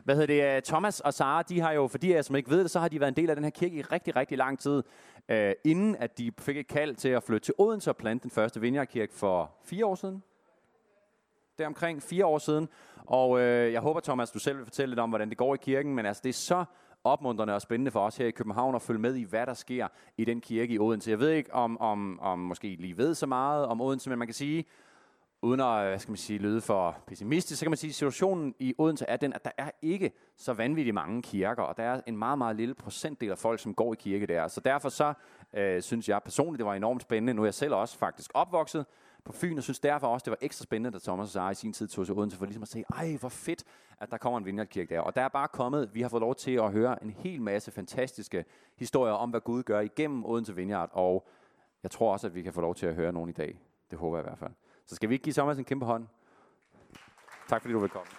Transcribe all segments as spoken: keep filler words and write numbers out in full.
Hvad hedder det? Thomas og Sara, de har jo, for de af jer, som ikke ved det, så har de været en del af den her kirke i rigtig, rigtig lang tid. Uh, inden at de fik et kald til at flytte til Odense og plante den første vineyardkirke for fire år siden. Det er omkring fire år siden. Og uh, jeg håber, Thomas, du selv vil fortælle lidt om, hvordan det går i kirken. Men altså, det er så opmuntrende og spændende for os her i København at følge med i, hvad der sker i den kirke i Odense. Jeg ved ikke, om, om, om måske I lige ved så meget om Odense, men man kan sige, uden at hvad skal man sige, lyde for pessimistisk, så kan man sige, at situationen i Odense er den, at der er ikke så vanvittigt mange kirker, og der er en meget, meget lille procentdel af folk, som går i kirke der. Så derfor så øh, synes jeg personligt, det var enormt spændende. Nu er jeg selv også faktisk opvokset på Fyn, og synes derfor også, det var ekstra spændende, da Thomas og Sara i sin tid tog til Odense, for ligesom at se, ej, hvor fedt, at der kommer en vineyardkirke der. Og der er bare kommet, vi har fået lov til at høre en hel masse fantastiske historier om, hvad Gud gør igennem Odense Vineyard, og jeg tror også, at vi kan få lov til at høre nogen i dag. Det håber jeg i hvert fald. Så skal vi ikke give Thomas en kæmpe hånd? Tak fordi du vil komme.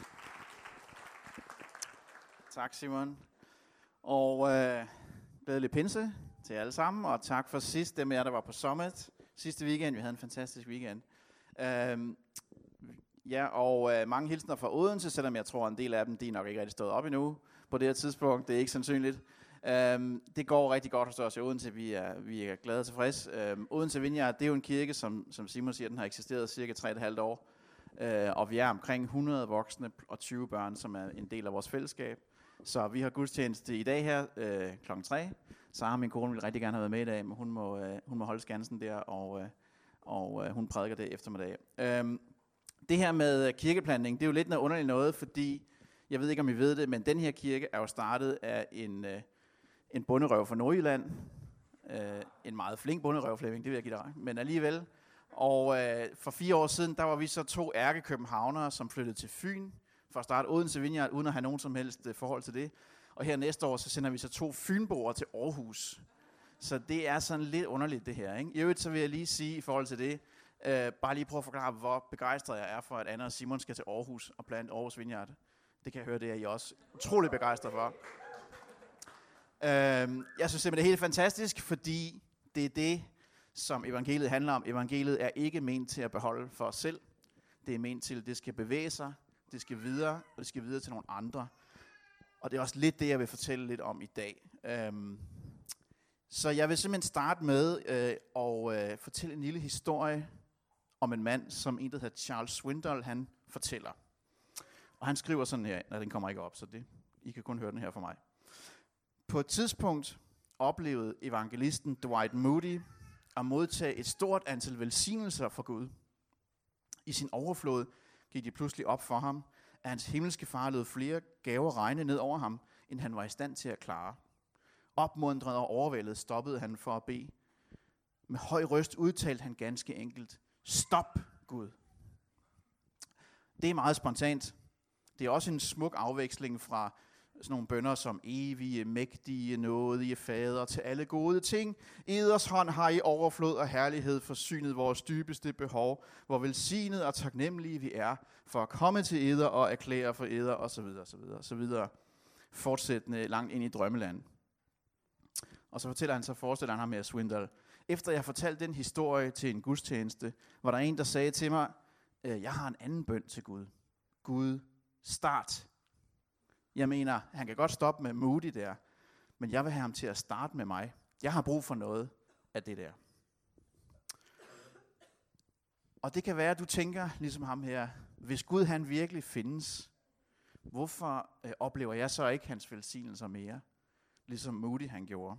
Tak Simon. Og øh, glædelig pinse til alle sammen, og tak for sidst, dem af jer, der var på Summit sidste weekend. Vi havde en fantastisk weekend. Øhm, ja, og øh, mange hilsner fra Odense, selvom jeg tror, en del af dem, de er nok ikke rigtig stået op endnu på det her tidspunkt. Det er ikke sandsynligt. Øhm, det går rigtig godt hos os i Odense. Vi er, vi er glade og tilfredse. Øhm, Odense Vineyard, det er jo en kirke, som, som Simon siger, den har eksisteret cirka tre komma fem år. Øh, og vi er omkring hundrede voksne og tyve børn, som er en del af vores fællesskab. Så vi har gudstjeneste i dag her øh, klokken tre. Sara, min kone, vil rigtig gerne have været med i dag, men hun må, øh, hun må holde skansen der, og, øh, og øh, hun prædiker det eftermiddag. Øhm, det her med kirkeplantning, det er jo lidt noget underligt noget, fordi, jeg ved ikke om I ved det, men den her kirke er jo startet af en, øh, en bonderøv fra Nordjylland. Øh, en meget flink bonderøv, Flemming, det vil jeg give dig, men alligevel. Og øh, for fire år siden, der var vi så to ærkekøbenhavnere, som flyttede til Fyn, for at starte Odense Vineyard, uden at have nogen som helst uh, forhold til det. Og her næste år, så sender vi så to fynboer til Aarhus. Så det er sådan lidt underligt, det her. Ikke? I øvrigt, så vil jeg lige sige i forhold til det, uh, bare lige prøve at forklare, hvor begejstret jeg er for, at Anna og Simon skal til Aarhus og plante Aarhus Vineyard. Det kan jeg høre, det er I også utrolig begejstret for. Uh, jeg synes simpelthen, det er helt fantastisk, fordi det er det, som evangeliet handler om. Evangeliet er ikke ment til at beholde for os selv. Det er ment til, at det skal bevæge sig. Det skal videre, og det skal videre til nogle andre. Og det er også lidt det, jeg vil fortælle lidt om i dag. Øhm, så jeg vil simpelthen starte med øh, at øh, fortælle en lille historie om en mand, som en, der hedder Charles Swindoll, han fortæller. Og han skriver sådan her, nej, den kommer ikke op, så det, I kan kun høre den her fra mig. På et tidspunkt oplevede evangelisten Dwight Moody at modtage et stort antal velsignelser fra Gud. I sin overflod gik det pludselig op for ham, at hans himmelske far lod flere gaver regne ned over ham, end han var i stand til at klare. Opmuntret og overvældet stoppede han for at bede. Med høj røst udtalte han ganske enkelt, stop Gud. Det er meget spontant. Det er også en smuk afveksling fra sådan nogle bønner som evige, mægtige, nådige fader til alle gode ting. Eders hånd har i overflod og herlighed forsynet vores dybeste behov, hvor velsignet og taknemmelige vi er for at komme til eder og erklære for eder osv. osv. osv. Fortsættende langt ind i drømmeland. Og så fortæller han så, forestiller han ham med Swindoll. Efter jeg fortalte den historie til en gudstjeneste, var der en, der sagde til mig, jeg har en anden bøn til Gud. Gud, start. Jeg mener, han kan godt stoppe med Moody der, men jeg vil have ham til at starte med mig. Jeg har brug for noget af det der. Og det kan være, at du tænker, ligesom ham her, hvis Gud han virkelig findes, hvorfor øh, oplever jeg så ikke hans velsignelser mere, ligesom Moody han gjorde?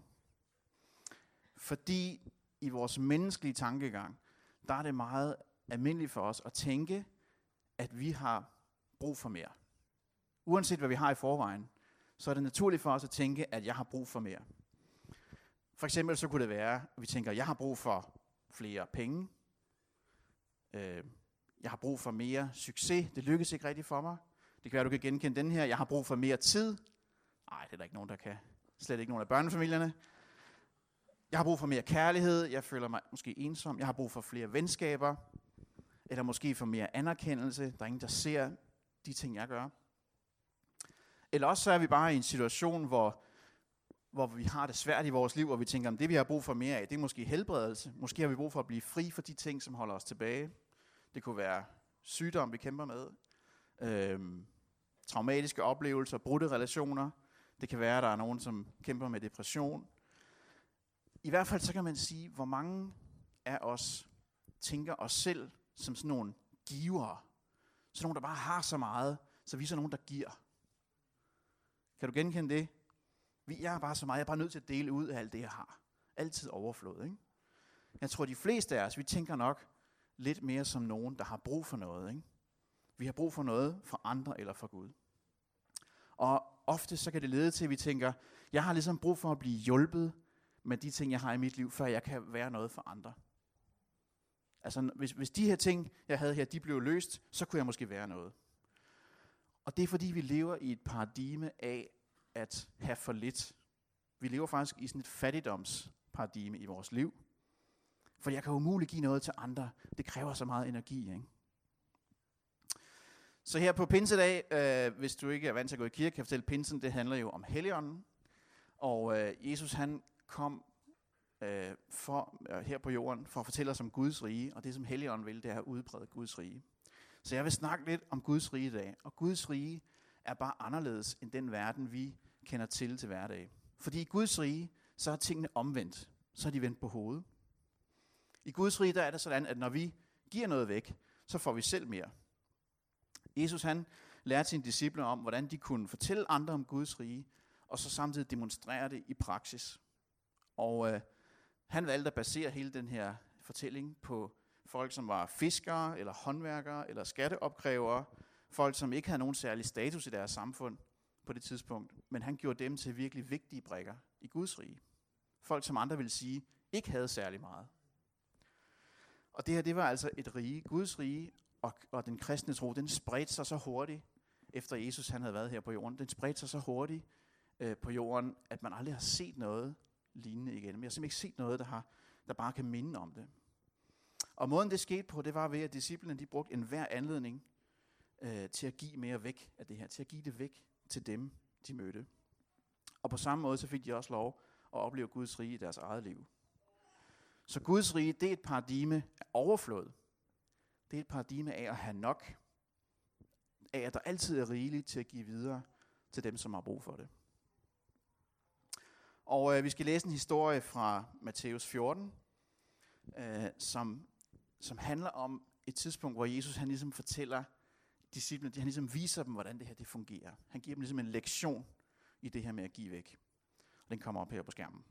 Fordi i vores menneskelige tankegang, der er det meget almindeligt for os at tænke, at vi har brug for mere. Uanset hvad vi har i forvejen, så er det naturligt for os at tænke, at jeg har brug for mere. For eksempel så kunne det være, at vi tænker, at jeg har brug for flere penge. Øh, jeg har brug for mere succes. Det lykkes ikke rigtigt for mig. Det kan være, at du kan genkende den her. Jeg har brug for mere tid. Nej, det er der ikke nogen, der kan. Slet ikke nogen af børnefamilierne. Jeg har brug for mere kærlighed. Jeg føler mig måske ensom. Jeg har brug for flere venskaber. Eller måske for mere anerkendelse. Der er ingen, der ser de ting, jeg gør. Eller også så er vi bare i en situation, hvor, hvor vi har det svært i vores liv, og vi tænker, at det vi har brug for mere af, det er måske helbredelse. Måske har vi brug for at blive fri for de ting, som holder os tilbage. Det kunne være sygdom, vi kæmper med. Øhm, traumatiske oplevelser, brudte relationer. Det kan være, at der er nogen, som kæmper med depression. I hvert fald så kan man sige, hvor mange af os tænker os selv som sådan nogle givere. Sådan nogle, der bare har så meget, så vi er sådan nogen, der giver. Kan du genkende det? Vi er bare så meget, jeg er bare nødt til at dele ud af alt det, jeg har. Altid overflod, ikke? Jeg tror, de fleste af os, vi tænker nok lidt mere som nogen, der har brug for noget, ikke? Vi har brug for noget fra andre eller fra Gud. Og ofte så kan det lede til, at vi tænker, jeg har ligesom brug for at blive hjulpet med de ting, jeg har i mit liv, før jeg kan være noget for andre. Altså, hvis, hvis de her ting, jeg havde her, de blev løst, så kunne jeg måske være noget. Og det er fordi, vi lever i et paradigme af at have for lidt. Vi lever faktisk i sådan et fattigdomsparadigme i vores liv. For jeg kan umuligt give noget til andre. Det kræver så meget energi, ikke? Så her på pinsedag, øh, hvis du ikke er vant til at gå i kirke, kan jeg fortælle, pinsen, det handler jo om Helligånden. Og øh, Jesus, han kom øh, for, øh, her på jorden for at fortælle os om Guds rige. Og det, som Helligånden vil, det er at udbrede Guds rige. Så jeg vil snakke lidt om Guds rige i dag. Og Guds rige er bare anderledes end den verden, vi kender til til hverdag. Fordi i Guds rige, så er tingene omvendt. Så er de vendt på hovedet. I Guds rige, der er det sådan, at når vi giver noget væk, så får vi selv mere. Jesus, han lærte sine disciple om, hvordan de kunne fortælle andre om Guds rige, og så samtidig demonstrere det i praksis. Og øh, han valgte at basere hele den her fortælling på folk, som var fiskere, eller håndværkere, eller skatteopkrævere, folk, som ikke havde nogen særlig status i deres samfund på det tidspunkt, men han gjorde dem til virkelig vigtige brikker i Guds rige. Folk, som andre ville sige, ikke havde særlig meget. Og det her, det var altså et rige, Guds rige, og, og den kristne tro, den spredte sig så hurtigt, efter Jesus han havde været her på jorden. Den spredte sig så hurtigt øh, på jorden, at man aldrig har set noget lignende igen. Men jeg har simpelthen ikke set noget, der, har, der bare kan minde om det. Og måden det skete på, det var ved, at disciplene de brugte enhver anledning øh, til at give mere væk af det her. Til at give det væk til dem, de mødte. Og på samme måde, så fik de også lov at opleve Guds rige i deres eget liv. Så Guds rige, det er et paradigme af overflod. Det er et paradigme af at have nok. Af at der altid er rigeligt til at give videre til dem, som har brug for det. Og øh, vi skal læse en historie fra Matthæus fjorten, øh, som, som handler om et tidspunkt, hvor Jesus han ligesom fortæller disciplene, han ligesom viser dem, hvordan det her det fungerer. Han giver dem ligesom en lektion i det her med at give væk. Og den kommer op her på skærmen.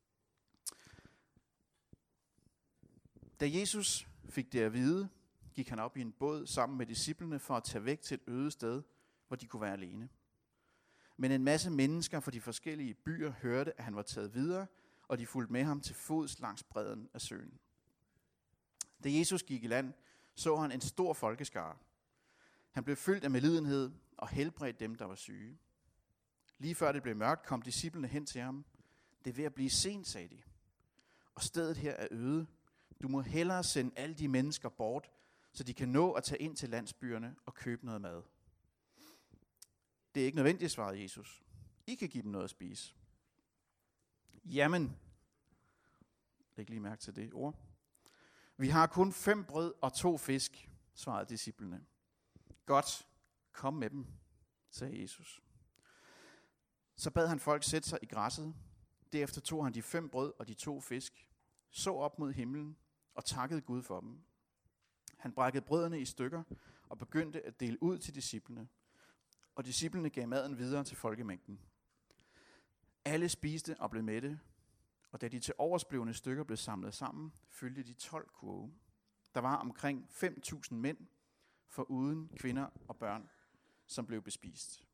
Da Jesus fik det at vide, gik han op i en båd sammen med disciplene for at tage væk til et øde sted, hvor de kunne være alene. Men en masse mennesker fra de forskellige byer hørte, at han var taget videre, og de fulgte med ham til fods langs bredden af søen. Da Jesus gik i land, så han en stor folkeskare. Han blev fyldt af medlidenhed og helbredte dem, der var syge. Lige før det blev mørkt, kom disciplene hen til ham. Det er ved at blive sent, sagde de. Og stedet her er øde. Du må hellere sende alle de mennesker bort, så de kan nå at tage ind til landsbyerne og købe noget mad. Det er ikke nødvendigt, svarede Jesus. I kan give dem noget at spise. Jamen, læg lige mærke til det ord. Vi har kun fem brød og to fisk, svarede disciplene. Godt, kom med dem, sagde Jesus. Så bad han folk sætte sig i græsset. Derefter tog han de fem brød og de to fisk, så op mod himlen og takkede Gud for dem. Han brækkede brødene i stykker og begyndte at dele ud til disciplene. Og disciplene gav maden videre til folkemængden. Alle spiste og blev mætte, og da de til oversblevne stykker blev samlet sammen, fyldte de tolv kurve. Der var omkring fem tusind mænd, foruden kvinder og børn, som blev bespist.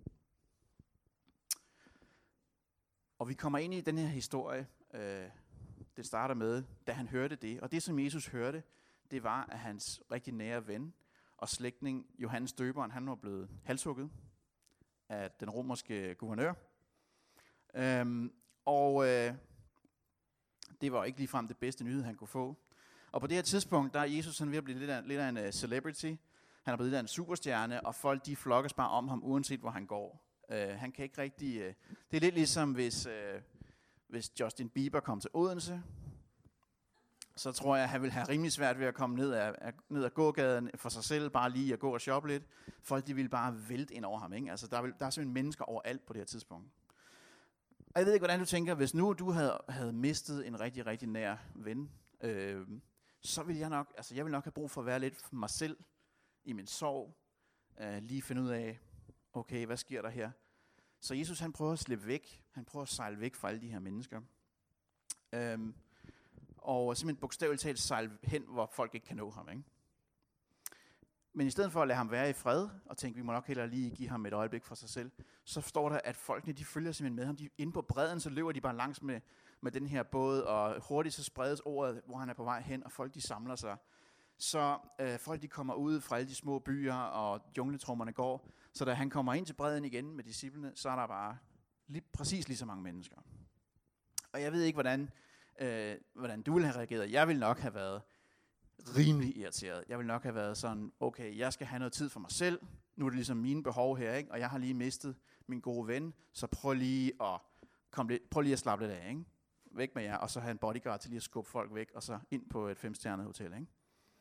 Og vi kommer ind i den her historie, øh, det starter med, da han hørte det. Og det, som Jesus hørte, det var, at hans rigtig nære ven og slægtning, Johannes Døberen, han var blevet halshugget af den romerske guvernør. Øhm, og øh, det var ikke ligefrem det bedste nyhed, han kunne få. Og på det her tidspunkt, der er Jesus sådan ved at blive lidt af, lidt af en uh, celebrity. Han er blevet lidt af en superstjerne, og folk de flokkes bare om ham, uanset hvor han går. Uh, han kan ikke rigtig... Uh, det er lidt ligesom, hvis, uh, hvis Justin Bieber kom til Odense. så tror jeg, at han vil have rimelig svært ved at komme ned af, af, ned ad gågaden for sig selv, bare lige at gå og shoppe lidt. Folk, de ville bare vælte ind over ham, ikke? Altså, der, vil, der er simpelthen mennesker overalt på det her tidspunkt. Og jeg ved ikke, hvordan du tænker, hvis nu du havde, havde mistet en rigtig, rigtig nær ven, øh, så vil jeg nok, altså jeg vil nok have brug for at være lidt for mig selv i min sorg, øh, lige finde ud af, okay, hvad sker der her? Så Jesus, han prøver at slippe væk, han prøver at sejle væk fra alle de her mennesker. Øh, og simpelthen bogstaveligt talt sejle hen, hvor folk ikke kan nå ham, ikke? Men i stedet for at lade ham være i fred, og tænke, vi må nok hellere lige give ham et øjeblik for sig selv, så står der, at folkene, de følger simpelthen med ham. De, inde på bredden, så løber de bare langs med, med den her båd, og hurtigt så spredes ordet, hvor han er på vej hen, og folk, de samler sig. Så øh, folk, de kommer ud fra alle de små byer, og jungletrummerne går. Så da han kommer ind til bredden igen med disciplene, så er der bare lige, præcis lige så mange mennesker. Og jeg ved ikke, hvordan, øh, hvordan du ville have reageret. Jeg ville nok have været rimelig irriteret. Jeg vil nok have været sådan, okay, jeg skal have noget tid for mig selv. Nu er det ligesom mine behov her, ikke? Og jeg har lige mistet min gode ven, så prøv lige at, komme lidt, prøv lige at slappe lidt af, ikke? Væk med jer, og så have en bodyguard til lige at skubbe folk væk, og så ind på et femstjernet hotel, ikke?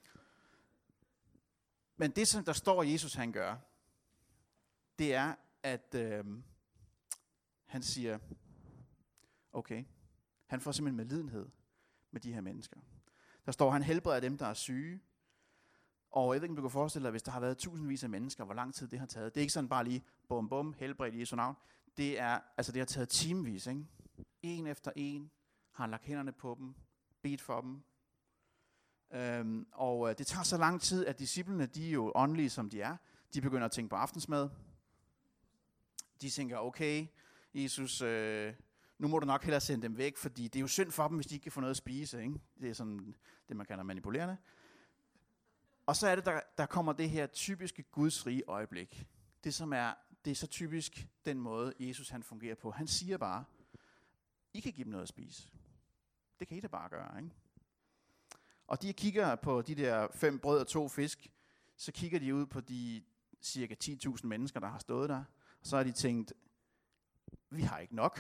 Men det, som der står, Jesus han gør, det er, at øh, han siger, okay, han får simpelthen medlidenhed med de her mennesker. Der står, han helbreder dem, der er syge. Og jeg ved ikke, om du kan forestille dig, hvis der har været tusindvis af mennesker, hvor lang tid det har taget. Det er ikke sådan bare lige, bum bum, helbredt i Jesu navn. Det er, altså det har taget timevis, ikke? En efter en har han lagt hænderne på dem, bedt for dem. Øhm, og øh, det tager så lang tid, at disciplene, de er jo åndelige, som de er. De begynder at tænke på aftensmad. De tænker, okay, Jesus, øh, nu må du nok hellere sende dem væk, fordi det er jo synd for dem, hvis de ikke kan få noget at spise, ikke? Det er sådan det, man kalder manipulerende. Og så er det, der, der kommer det her typiske Guds rige øjeblik. Det, som er, det er så typisk den måde, Jesus han fungerer på. Han siger bare, I kan give dem noget at spise. Det kan I da bare gøre, ikke? Og de kigger på de der fem brød og to fisk, så kigger de ud på de cirka ti tusind mennesker, der har stået der. Og så har de tænkt, vi har ikke nok.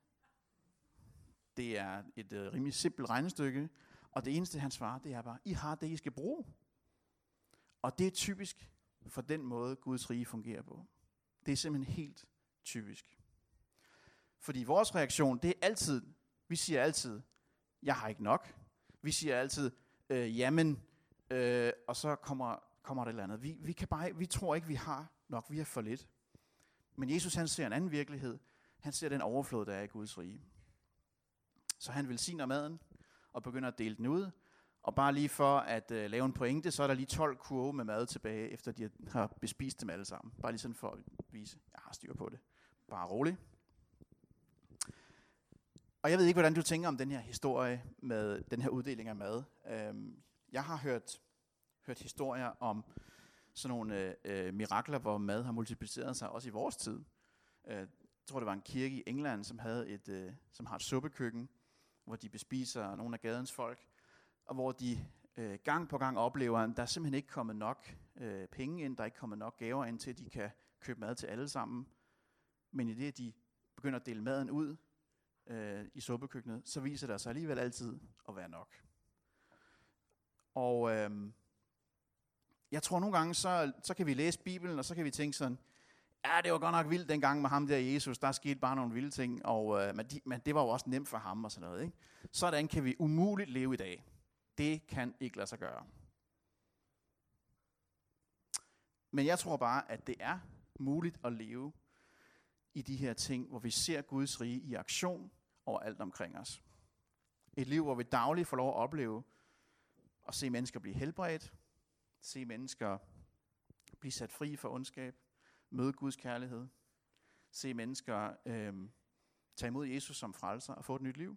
Det er et øh, rimelig simpelt regnestykke. Og det eneste, han svarer, det er bare, I har det, I skal bruge. Og det er typisk for den måde, Guds rige fungerer på. Det er simpelthen helt typisk. Fordi vores reaktion, det er altid, vi siger altid, jeg har ikke nok. Vi siger altid, øh, jamen, øh, og så kommer, kommer der et eller andet. Vi, vi, kan bare, vi tror ikke, vi har nok, vi har for lidt. Men Jesus, han ser en anden virkelighed. Han ser den overflod, der er i Guds rige. Så han velsigner maden og begynder at dele den ud. Og bare lige for at øh, lave en pointe, så er der lige tolv kurve med mad tilbage, efter de har bespist dem alle sammen. Bare lige sådan for at vise, jeg har styr på det. Bare rolig. Og jeg ved ikke, hvordan du tænker om den her historie med den her uddeling af mad. Øhm, jeg har hørt, hørt historier om sådan nogle øh, mirakler, hvor mad har multipliceret sig, også i vores tid. Øh, jeg tror, det var en kirke i England, som, havde et, øh, som har et suppekøkken, hvor de bespiser nogle af gadens folk, og hvor de øh, gang på gang oplever, at der er simpelthen ikke kommet nok øh, penge ind, der er ikke kommet nok gaver ind til, at de kan købe mad til alle sammen. Men i det, at de begynder at dele maden ud øh, i suppekøkkenet, så viser der sig alligevel altid at være nok. Og øh, jeg tror nogle gange, så, så kan vi læse Bibelen, og så kan vi tænke sådan, ja, det var godt nok vildt dengang med ham der Jesus, der skete bare nogle vilde ting, og, øh, men, de, men det var jo også nemt for ham og sådan noget, ikke? Sådan kan vi umuligt leve i dag. Det kan ikke lade sig gøre. Men jeg tror bare, at det er muligt at leve i de her ting, hvor vi ser Guds rige i aktion overalt omkring os. Et liv, hvor vi dagligt får lov at opleve og se mennesker blive helbredt, se mennesker blive sat fri for ondskab, møde Guds kærlighed, se mennesker øh, tage imod Jesus som frelser og få et nyt liv.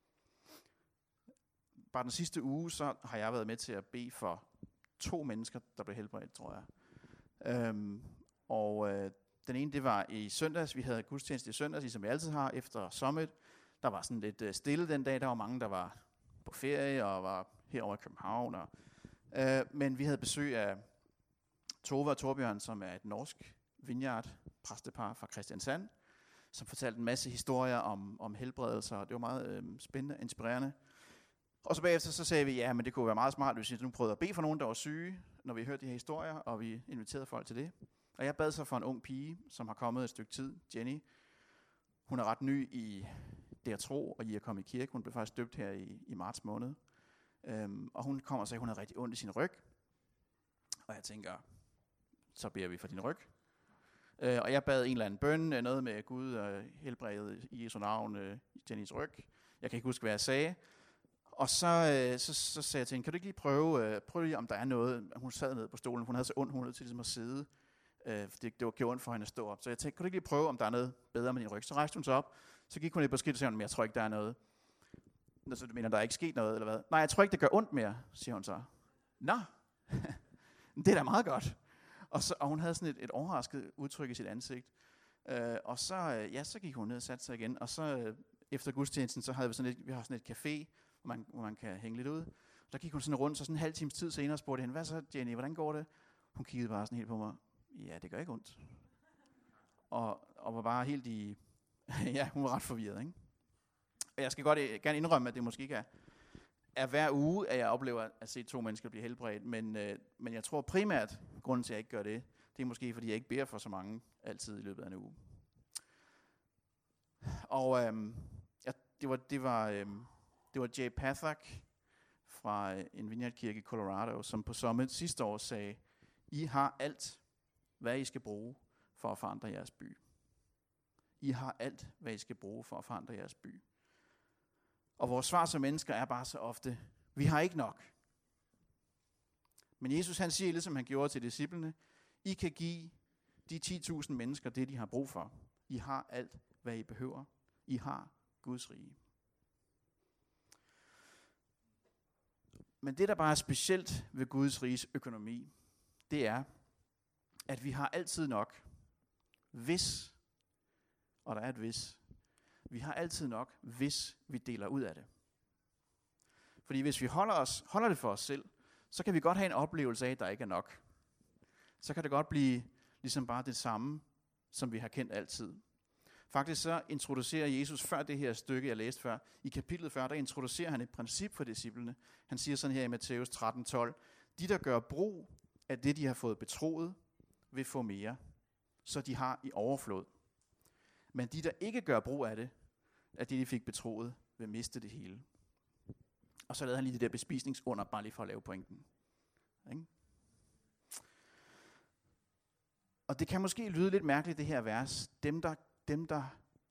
Bare den sidste uge, så har jeg været med til at bede for to mennesker, der blev helbredt, tror jeg. Øhm, og øh, den ene, det var i søndags. Vi havde gudstjeneste i søndags, ligesom vi altid har, efter Summit. Der var sådan lidt øh, stille den dag. Der var mange, der var på ferie og var herovre i København. Og, øh, men vi havde besøg af Tove og Torbjørn, som er et norsk vineyard-præstepar fra Kristiansand, som fortalte en masse historier om, om helbredelser. Det var meget øh, spændende og inspirerende. Og så bagefter så sagde vi, ja, men det kunne være meget smart, hvis vi nu prøvede at bede for nogen, der var syge, når vi hørte de her historier, og vi inviterede folk til det. Og jeg bad så for en ung pige, som har kommet et stykke tid, Jenny. Hun er ret ny i det at tro, og i at komme i kirke. Hun blev faktisk døbt her i, i marts måned. Øhm, og hun kommer og siger, at hun har rigtig ondt i sin ryg. Og jeg tænker, så beder vi for din ryg. Øh, og jeg bad en eller anden bøn, noget med Gud og helbredet i Jesu navn, øh, Jennys ryg. Jeg kan ikke huske, hvad jeg sagde. Og så, øh, så, så sagde jeg til hende, kan du ikke lige prøve, øh, prøve lige, om der er noget. Hun sad nede på stolen, hun havde så ondt, hun var nødt til ligesom at sidde. Øh, for det, det var gjort ondt for hende at stå op. Så jeg tænkte, kan du ikke lige prøve, om der er noget bedre med din ryg? Så rejste hun sig op, så gik hun lidt på skridt og sagde, men jeg tror ikke, der er noget. Så du mener, der er ikke sket noget, eller hvad? Nej, jeg tror ikke, det gør ondt mere, siger hun så. Nå, det er da meget godt. Og, så, og hun havde sådan et, et overrasket udtryk i sit ansigt. Øh, og så, øh, ja, så gik hun ned og satte sig igen. Og så øh, efter gudstjenesten, så havde vi sådan et, vi har sådan et café, hvor man, hvor man kan hænge lidt ud. Der gik hun sådan rundt, så sådan en halv times tid senere spurgte hende, hvad så Jenny, hvordan går det? Hun kiggede bare sådan helt på mig. Ja, det gør ikke ondt. Og, og var bare helt i, ja, hun var ret forvirret, ikke? Og jeg skal godt øh, gerne indrømme, at det måske ikke er, er hver uge, at jeg oplever at se to mennesker blive helbredt, men, øh, men jeg tror primært, grunden til, at jeg ikke gør det, det er måske, fordi jeg ikke beder for så mange altid i løbet af en uge. Og øhm, ja, det var, det var, øhm, det var Jay Pathak fra øh, en vineyardkirke i Colorado, som på Summit sidste år sagde, I har alt, hvad I skal bruge for at forandre jeres by. I har alt, hvad I skal bruge for at forandre jeres by. Og vores svar som mennesker er bare så ofte, vi har ikke nok. Men Jesus han siger, ligesom han gjorde til disciplene, I kan give de ti tusind mennesker det, de har brug for. I har alt, hvad I behøver. I har Guds rige. Men det, der bare er specielt ved Guds riges økonomi, det er, at vi har altid nok, hvis, og der er et hvis, vi har altid nok, hvis vi deler ud af det. Fordi hvis vi holder, os, holder det for os selv, så kan vi godt have en oplevelse af, at der ikke er nok. Så kan det godt blive ligesom bare det samme, som vi har kendt altid. Faktisk så introducerer Jesus før det her stykke, jeg læste før, i kapitlet før, der introducerer han et princip for disciplene. Han siger sådan her i Matthæus tretten tolv, de der gør brug af det, de har fået betroet, vil få mere, så de har i overflod. Men de, der ikke gør brug af det, af det, de fik betroet, vil miste det hele. Og så lavede han lige det der bespisningsunder, bare lige for at lave pointen. Ikke? Og det kan måske lyde lidt mærkeligt, det her vers. Dem, der, dem, der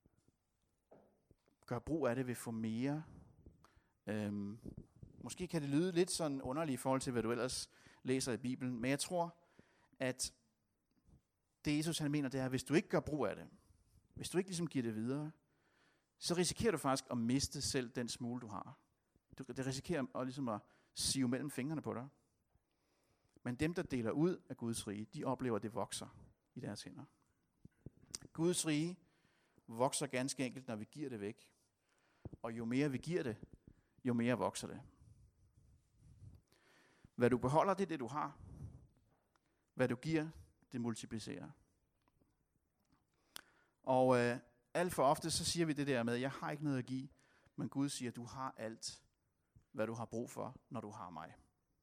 gør brug af det, vil få mere. Øhm, måske kan det lyde lidt sådan underligt i forhold til, hvad du ellers læser i Bibelen. Men jeg tror, at det Jesus han mener, det er, at hvis du ikke gør brug af det, hvis du ikke ligesom giver det videre, så risikerer du faktisk at miste selv den smule, du har. Du, det risikerer at, ligesom at sive mellem fingrene på dig. Men dem, der deler ud af Guds rige, de oplever, at det vokser i deres hænder. Guds rige vokser ganske enkelt, når vi giver det væk. Og jo mere vi giver det, jo mere vokser det. Hvad du beholder, det er det, du har. Hvad du giver, det multiplicerer. Og øh, alt for ofte, så siger vi det der med, jeg har ikke noget at give, men Gud siger, du har alt, hvad du har brug for, når du har mig.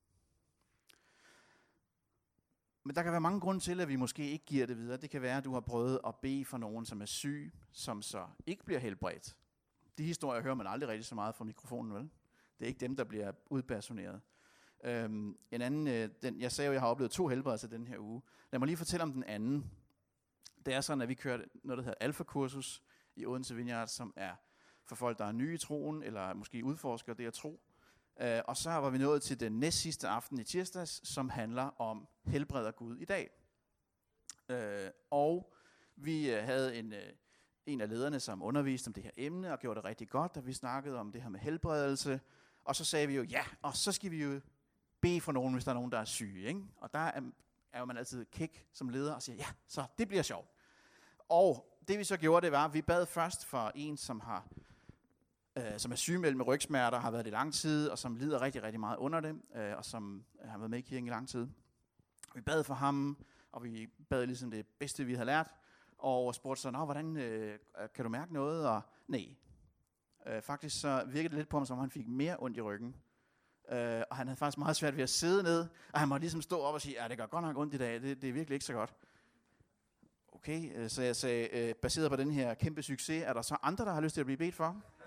Men der kan være mange grunde til, at vi måske ikke giver det videre. Det kan være, at du har prøvet at bede for nogen, som er syg, som så ikke bliver helbredt. De historier hører man aldrig rigtig så meget fra mikrofonen, vel? Det er ikke dem, der bliver udpersoneret. Øhm, en anden, øh, den, jeg sagde jo, at jeg har oplevet to helbredelser den her uge. Lad mig lige fortælle om den anden. Det er sådan, at vi kører noget, der hedder Alpha-kursus i Odense Vineyard, som er for folk, der er nye i troen, eller måske udforsker det at tro. Uh, og så var vi nået til den næst sidste aften i tirsdags, som handler om helbreder Gud i dag. Uh, og vi uh, havde en, uh, en af lederne, som underviste om det her emne, og gjorde det rigtig godt, da vi snakkede om det her med helbredelse. Og så sagde vi jo, ja, og så skal vi jo bede for nogen, hvis der er nogen, der er syge. Ikke? Og der er, er jo man altid kæk som leder og siger, ja, så det bliver sjovt. Og det vi så gjorde, det var, at vi bad først for en, som har øh, som er sygemeldt med rygsmerter, har været det i lang tid, og som lider rigtig, rigtig meget under det, øh, og som har været med i kirken i lang tid. Vi bad for ham, og vi bad ligesom det bedste, vi havde lært, og spurgte så, nå, hvordan øh, kan du mærke noget? Og nej. Øh, faktisk så virkede det lidt på ham, som om han fik mere ondt i ryggen. Øh, og han havde faktisk meget svært ved at sidde ned, og han måtte ligesom stå op og sige, ja, det gør godt nok ondt i dag, det, det er virkelig ikke så godt. Okay, øh, så jeg sagde, øh, baseret på den her kæmpe succes, er der så andre, der har lyst til at blive bedt for?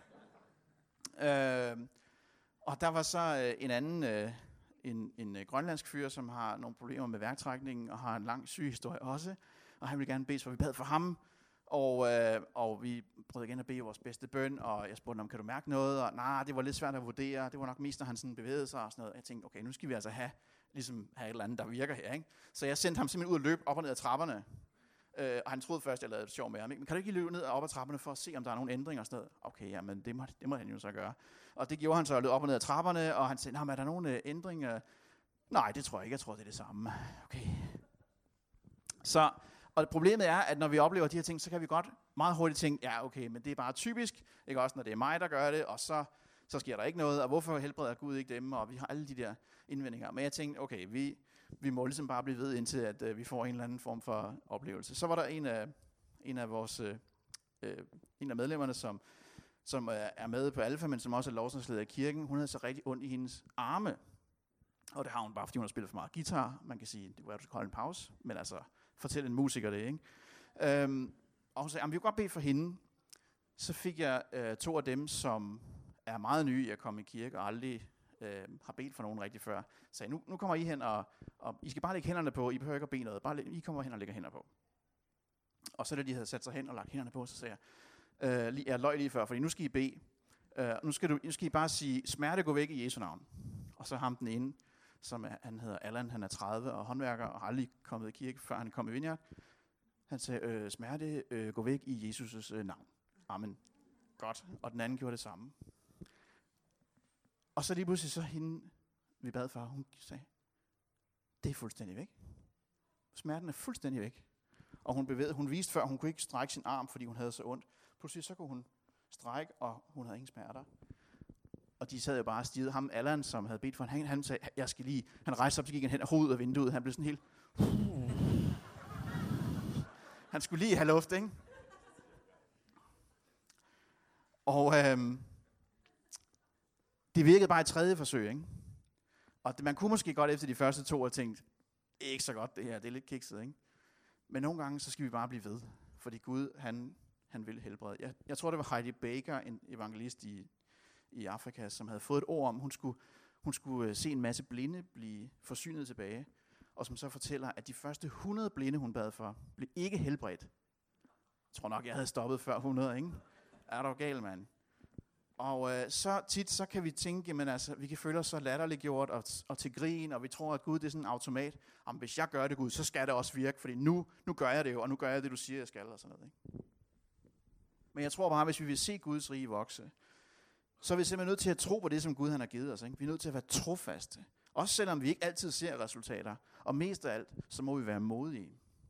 øh, og der var så øh, en anden, øh, en, en øh, grønlandsk fyr, som har nogle problemer med værktrækningen, og har en lang sygehistorie også, og han ville gerne bede, så vi bad for ham. Og, øh, og vi prøvede igen at bede vores bedste bøn, og jeg spurgte ham, kan du mærke noget? Og nej, det var lidt svært at vurdere. Det var nok mest, når han sådan bevægede sig og sådan noget. Jeg tænkte, okay, nu skal vi altså have, ligesom, have et eller andet, der virker her. Ikke? Så jeg sendte ham simpelthen ud og løb op og ned ad trapperne. Øh, og han troede først, jeg lavede et sjov med ham. Men kan du ikke lige løbe ned og op ad trapperne for at se, om der er nogle ændringer og sådan noget? Okay, ja, men det må, det må han jo så gøre. Og det gjorde han så, og løb op og ned ad trapperne, og han sagde, nej, men er der nogle øh, ændringer? Nej, det tror jeg ikke. Jeg tror, det er det samme. Okay. Så... Og problemet er, at når vi oplever de her ting, så kan vi godt meget hurtigt tænke, ja okay, men det er bare typisk, ikke også når det er mig, der gør det, og så, så sker der ikke noget, og hvorfor helbreder Gud ikke dem, og vi har alle de der indvendinger. Men jeg tænkte, okay, vi, vi må ligesom bare blive ved, indtil at uh, vi får en eller anden form for oplevelse. Så var der en af, en af vores, uh, en af medlemmerne, som, som uh, er med på Alfa, men som også er lovsangsleder i kirken. Hun havde så rigtig ondt i hendes arme, og det har hun bare, fordi hun har spillet for meget guitar. Man kan sige, det var, at du skal holde en pause, men altså... Fortæl en musiker det, ikke? Øhm, og hun sagde, jamen vi kan godt bede for hende. Så fik jeg øh, to af dem, som er meget nye i at komme i kirke, og aldrig øh, har bedt for nogen rigtig før. Sagde, nu, nu kommer I hen, og, og I skal bare lægge hænderne på. I behøver ikke at bede noget. Bare I kommer hen og lægger hænder på. Og så da de havde sat sig hen og lagt hænderne på, så sagde jeg, øh, lige, jeg løg lige før, fordi nu skal I bede. Øh, nu, skal du, nu skal I bare sige, smerte gå væk i Jesu navn. Og så ham den ene, som er, han hedder Allan, han er tredive og håndværker, og har aldrig kommet i kirke, før han kom i Vineyard. Han sagde, øh, smerte, øh, gå væk i Jesus' øh, navn. Amen. Godt. Og den anden gjorde det samme. Og så lige pludselig så hende, vi bad for, hun sagde, det er fuldstændig væk. Smerten er fuldstændig væk. Og hun bevægede, hun viste før, hun kunne ikke strække sin arm, fordi hun havde så ondt. Pludselig så kunne hun strække, og hun havde ingen smerter. Og de sad jo bare og stirrede. Ham, Allan, som havde bedt for han, han sagde, jeg skal lige... Han rejste op, så gik han hen og hovedet af vinduet. Han blev sådan helt... Han skulle lige have luft, ikke? Og øhm, det virkede bare et tredje forsøg, ikke? Og det, man kunne måske godt efter de første to have tænkt, ikke så godt det her, det er lidt kikset, ikke? Men nogle gange, så skal vi bare blive ved. Fordi Gud, han, han vil helbrede. Jeg, jeg tror, det var Heidi Baker, en evangelist i... i Afrika, som havde fået et ord om, hun skulle, hun skulle se en masse blinde blive forsynet tilbage, og som så fortæller, at de første hundrede blinde, hun bad for, blev ikke helbredt. Jeg tror nok, jeg havde stoppet før hundrede, ikke? Er du gal, mand? Og øh, så tit, så kan vi tænke, men altså, vi kan føle os så latterliggjort og, og til grin, og vi tror, at Gud, det er sådan en automat. Jamen, hvis jeg gør det, Gud, så skal det også virke, fordi nu, nu gør jeg det jo, og nu gør jeg det, du siger, jeg skal, og sådan noget, ikke? Men jeg tror bare, hvis vi vil se Guds rige vokse, så er vi simpelthen nødt til at tro på det, som Gud han har givet os. Ikke? Vi er nødt til at være trofaste. Også selvom vi ikke altid ser resultater. Og mest af alt, så må vi være modige.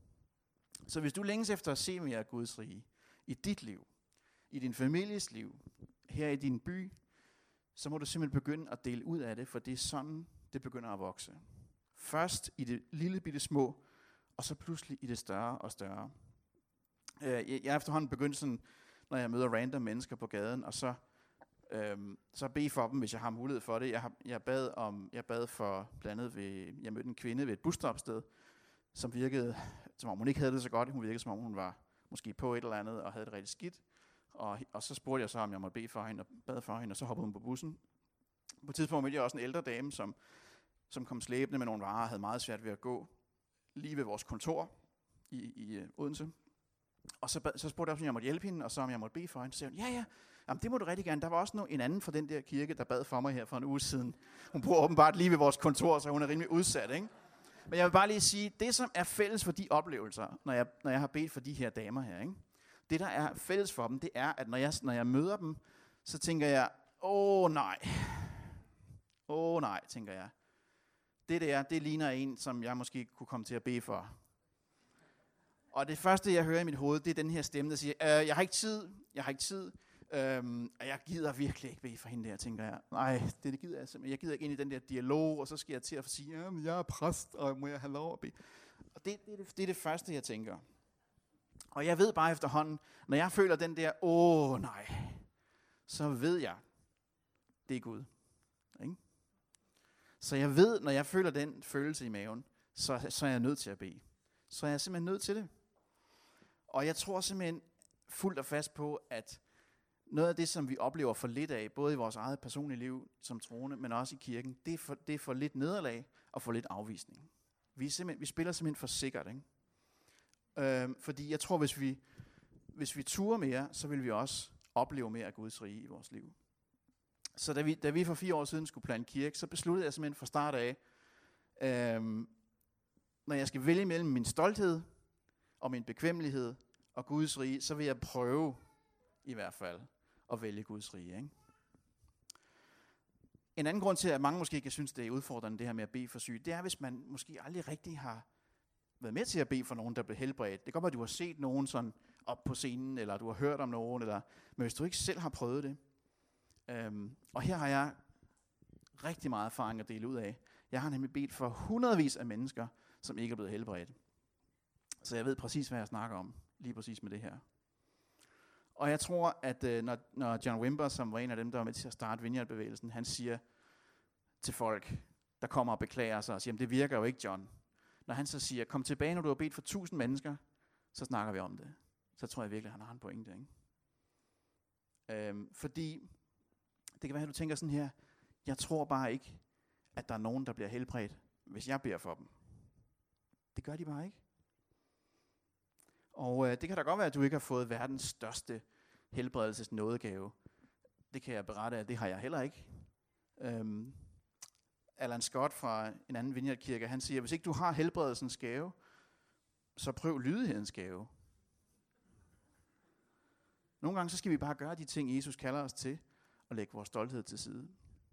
Så hvis du længes efter at se mere af Guds rige i dit liv, i din families liv, her i din by, så må du simpelthen begynde at dele ud af det, for det er sådan, det begynder at vokse. Først i det lille bitte små, og så pludselig i det større og større. Jeg er efterhånden begyndt sådan, når jeg møder random mennesker på gaden, og så Øhm, så bed for dem, hvis jeg har mulighed for det. Jeg, har, jeg, bad om, jeg bad for blandt andet ved, jeg mødte en kvinde ved et busstopsted, som virkede, som om hun ikke havde det så godt. Hun virkede, som om hun var måske på et eller andet og havde det rigtig skidt. Og, og så spurgte jeg så, om jeg måtte bede for hende og bad for hende, og så hoppede hun på bussen. På et tidspunkt mødte jeg også en ældre dame, som, som kom slæbende med nogle varer og havde meget svært ved at gå lige ved vores kontor i, i uh, Odense. Og så, så spurgte jeg, om jeg måtte hjælpe hende, og så om jeg måtte bede for hende. Så sagde hun, ja, ja, jamen, det må du rigtig gerne. Der var også no, en anden fra den der kirke, der bad for mig her for en uge siden. Hun bor åbenbart lige ved vores kontor, så hun er rimelig udsat, ikke? Men jeg vil bare lige sige, det som er fælles for de oplevelser, når jeg, når jeg har bedt for de her damer her, ikke? Det der er fælles for dem, det er, at når jeg, når jeg møder dem, så tænker jeg, åh nej, åh nej, tænker jeg. Det der, det ligner en, som jeg måske kunne komme til at bede for. Og det første, jeg hører i mit hoved, det er den her stemme, der siger, øh, jeg har ikke tid, jeg har ikke tid, øhm, og jeg gider virkelig ikke bede for hende der, tænker jeg. Nej, det, det gider jeg simpelthen. Jeg gider ikke ind i den der dialog, og så skal jeg til at sige, jamen, jeg er præst, og må jeg have lov at bede. Og det, det, er det, det er det første, jeg tænker. Og jeg ved bare efterhånden, når jeg føler den der, åh nej, så ved jeg, det er Gud. Ikke? Så jeg ved, når jeg føler den følelse i maven, så, så er jeg nødt til at bede. Så er jeg simpelthen nødt til det. Og jeg tror simpelthen fuldt og fast på, at noget af det, som vi oplever for lidt af, både i vores eget personlige liv som troende, men også i kirken, det er for, det er for lidt nederlag og for lidt afvisning. Vi, er simpelthen, vi spiller simpelthen for sikkert. Ikke? Øhm, fordi jeg tror, hvis vi, hvis vi turer mere, så vil vi også opleve mere af Guds rige i vores liv. Så da vi, da vi for fire år siden skulle plante kirke, så besluttede jeg simpelthen fra start af, øhm, når jeg skal vælge mellem min stolthed og min bekvemmelighed og Guds rige, så vil jeg prøve i hvert fald at vælge Guds rige. Ikke? En anden grund til, at mange måske kan synes, det er udfordrende, det her med at bede for syge, det er, hvis man måske aldrig rigtig har været med til at bede for nogen, der blev helbredt. Det kan godt være, at du har set nogen sådan op på scenen, eller du har hørt om nogen, eller, men hvis du ikke selv har prøvet det. Øhm, og her har jeg rigtig meget erfaring at dele ud af. Jeg har nemlig bedt for hundredvis af mennesker, som ikke er blevet helbredt. Så jeg ved præcis, hvad jeg snakker om, lige præcis med det her. Og jeg tror, at øh, når, når John Wimber, som var en af dem, der var med til at starte Vineyard-bevægelsen, han siger til folk, der kommer og beklager sig og siger, det virker jo ikke, John. Når han så siger, kom tilbage, når du har bedt for tusind mennesker, så snakker vi om det. Så tror jeg virkelig, han har en pointe. Ikke? Øhm, fordi, det kan være, at du tænker sådan her, jeg tror bare ikke, at der er nogen, der bliver helbredt, hvis jeg beder for dem. Det gør de bare ikke. Og øh, det kan da godt være, at du ikke har fået verdens største helbredelsesnådegave. Det kan jeg berette af, det har jeg heller ikke. Øhm, Alan Scott fra en anden Vineyard-kirke, han siger, hvis ikke du har helbredelsens gave, så prøv lydighedens gave. Nogle gange så skal vi bare gøre de ting, Jesus kalder os til, og lægge vores stolthed til side.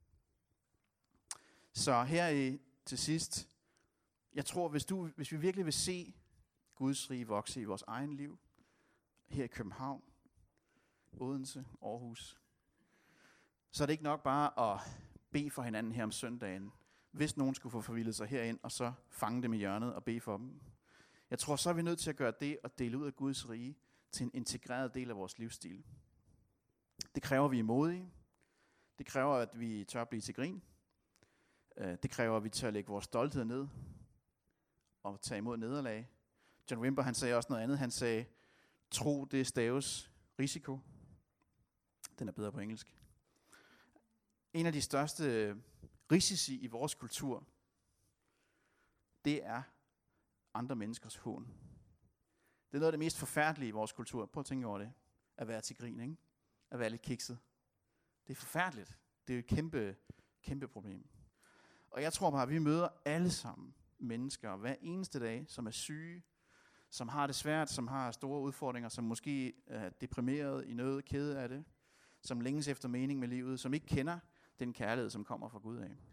Så her i, til sidst, jeg tror, hvis, du, hvis vi virkelig vil se Guds rige vokse i vores egen liv, her i København, Odense, Aarhus, så er det ikke nok bare at bede for hinanden her om søndagen, hvis nogen skulle få forvildet sig herind, og så fange dem i hjørnet og bede for dem. Jeg tror, så er vi nødt til at gøre det og dele ud af Guds rige til en integreret del af vores livsstil. Det kræver, at vi er modige. Det kræver, at vi tør blive til grin. Det kræver, at vi tør lægge vores stolthed ned og tage imod nederlag. John Wimber, han sagde også noget andet. Han sagde, tro det staves risiko. Den er bedre på engelsk. En af de største risici i vores kultur, det er andre menneskers hån. Det er noget af det mest forfærdelige i vores kultur. Prøv at tænke over det. At være til grin, ikke? At være lidt kikset. Det er forfærdeligt. Det er et kæmpe, kæmpe problem. Og jeg tror bare, at vi møder alle sammen mennesker hver eneste dag, som er syge, som har det svært, som har store udfordringer, som måske er deprimeret, i nød, kede af det, som længes efter mening med livet, som ikke kender den kærlighed, som kommer fra Gud af.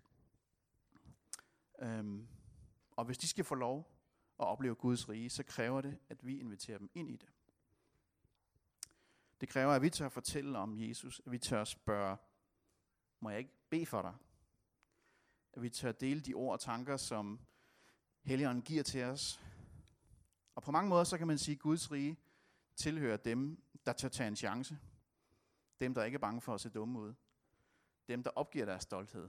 Øhm, og hvis de skal få lov at opleve Guds rige, så kræver det, at vi inviterer dem ind i det. Det kræver, at vi tør fortælle om Jesus, at vi tør spørge, må jeg ikke bede for dig? At vi tør dele de ord og tanker, som Helligånden giver til os. Og på mange måder, så kan man sige, at Guds rige tilhører dem, der tør tage en chance. Dem, der ikke er bange for at se dumme ud. Dem, der opgiver deres stolthed.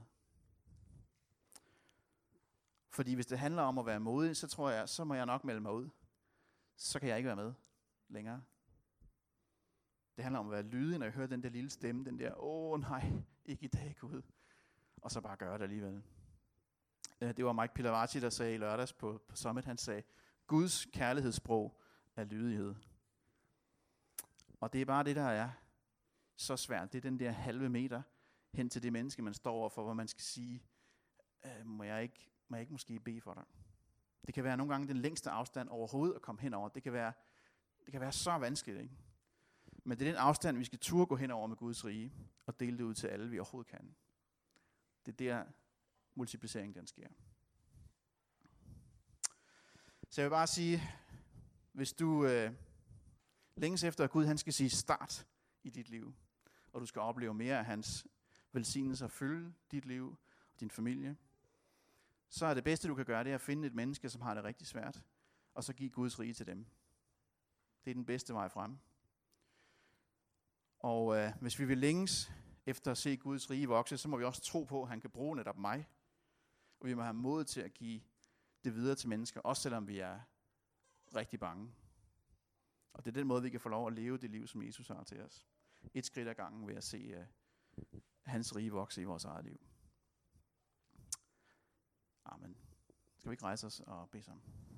Fordi hvis det handler om at være modig, så tror jeg, så må jeg nok melde mig ud. Så kan jeg ikke være med længere. Det handler om at være lydig, når jeg hører den der lille stemme, den der, åh nej, ikke i dag, Gud. Og så bare gøre det alligevel. Det var Mike Pilavachi, der sagde i lørdags på, på Summit, han sagde, Guds kærlighedssprog er lydighed. Og det er bare det, der er så svært. Det er den der halve meter hen til det menneske, man står overfor, hvor man skal sige, øh, må, jeg ikke, må jeg ikke måske bede for dig? Det kan være nogle gange den længste afstand overhovedet at komme hen over. Det kan være, det kan være så vanskeligt, ikke? Men det er den afstand, vi skal turde gå hen over med Guds rige, og dele det ud til alle, vi overhovedet kan. Det er der, multipliceringen den sker. Så jeg vil bare sige, hvis du øh, længes efter, at Gud han skal sige start i dit liv, og du skal opleve mere af hans velsignelse og fylde dit liv og din familie, så er det bedste, du kan gøre, det er at finde et menneske, som har det rigtig svært, og så give Guds rige til dem. Det er den bedste vej frem. Og øh, hvis vi vil længes efter at se Guds rige vokse, så må vi også tro på, at han kan bruge netop mig. Og vi må have mod til at give det videre til mennesker, også selvom vi er rigtig bange. Og det er den måde, vi kan få lov at leve det liv, som Jesus har til os. Et skridt ad gangen ved at se uh, hans rige vokse i vores eget liv. Amen. Skal vi ikke rejse os og bede sammen?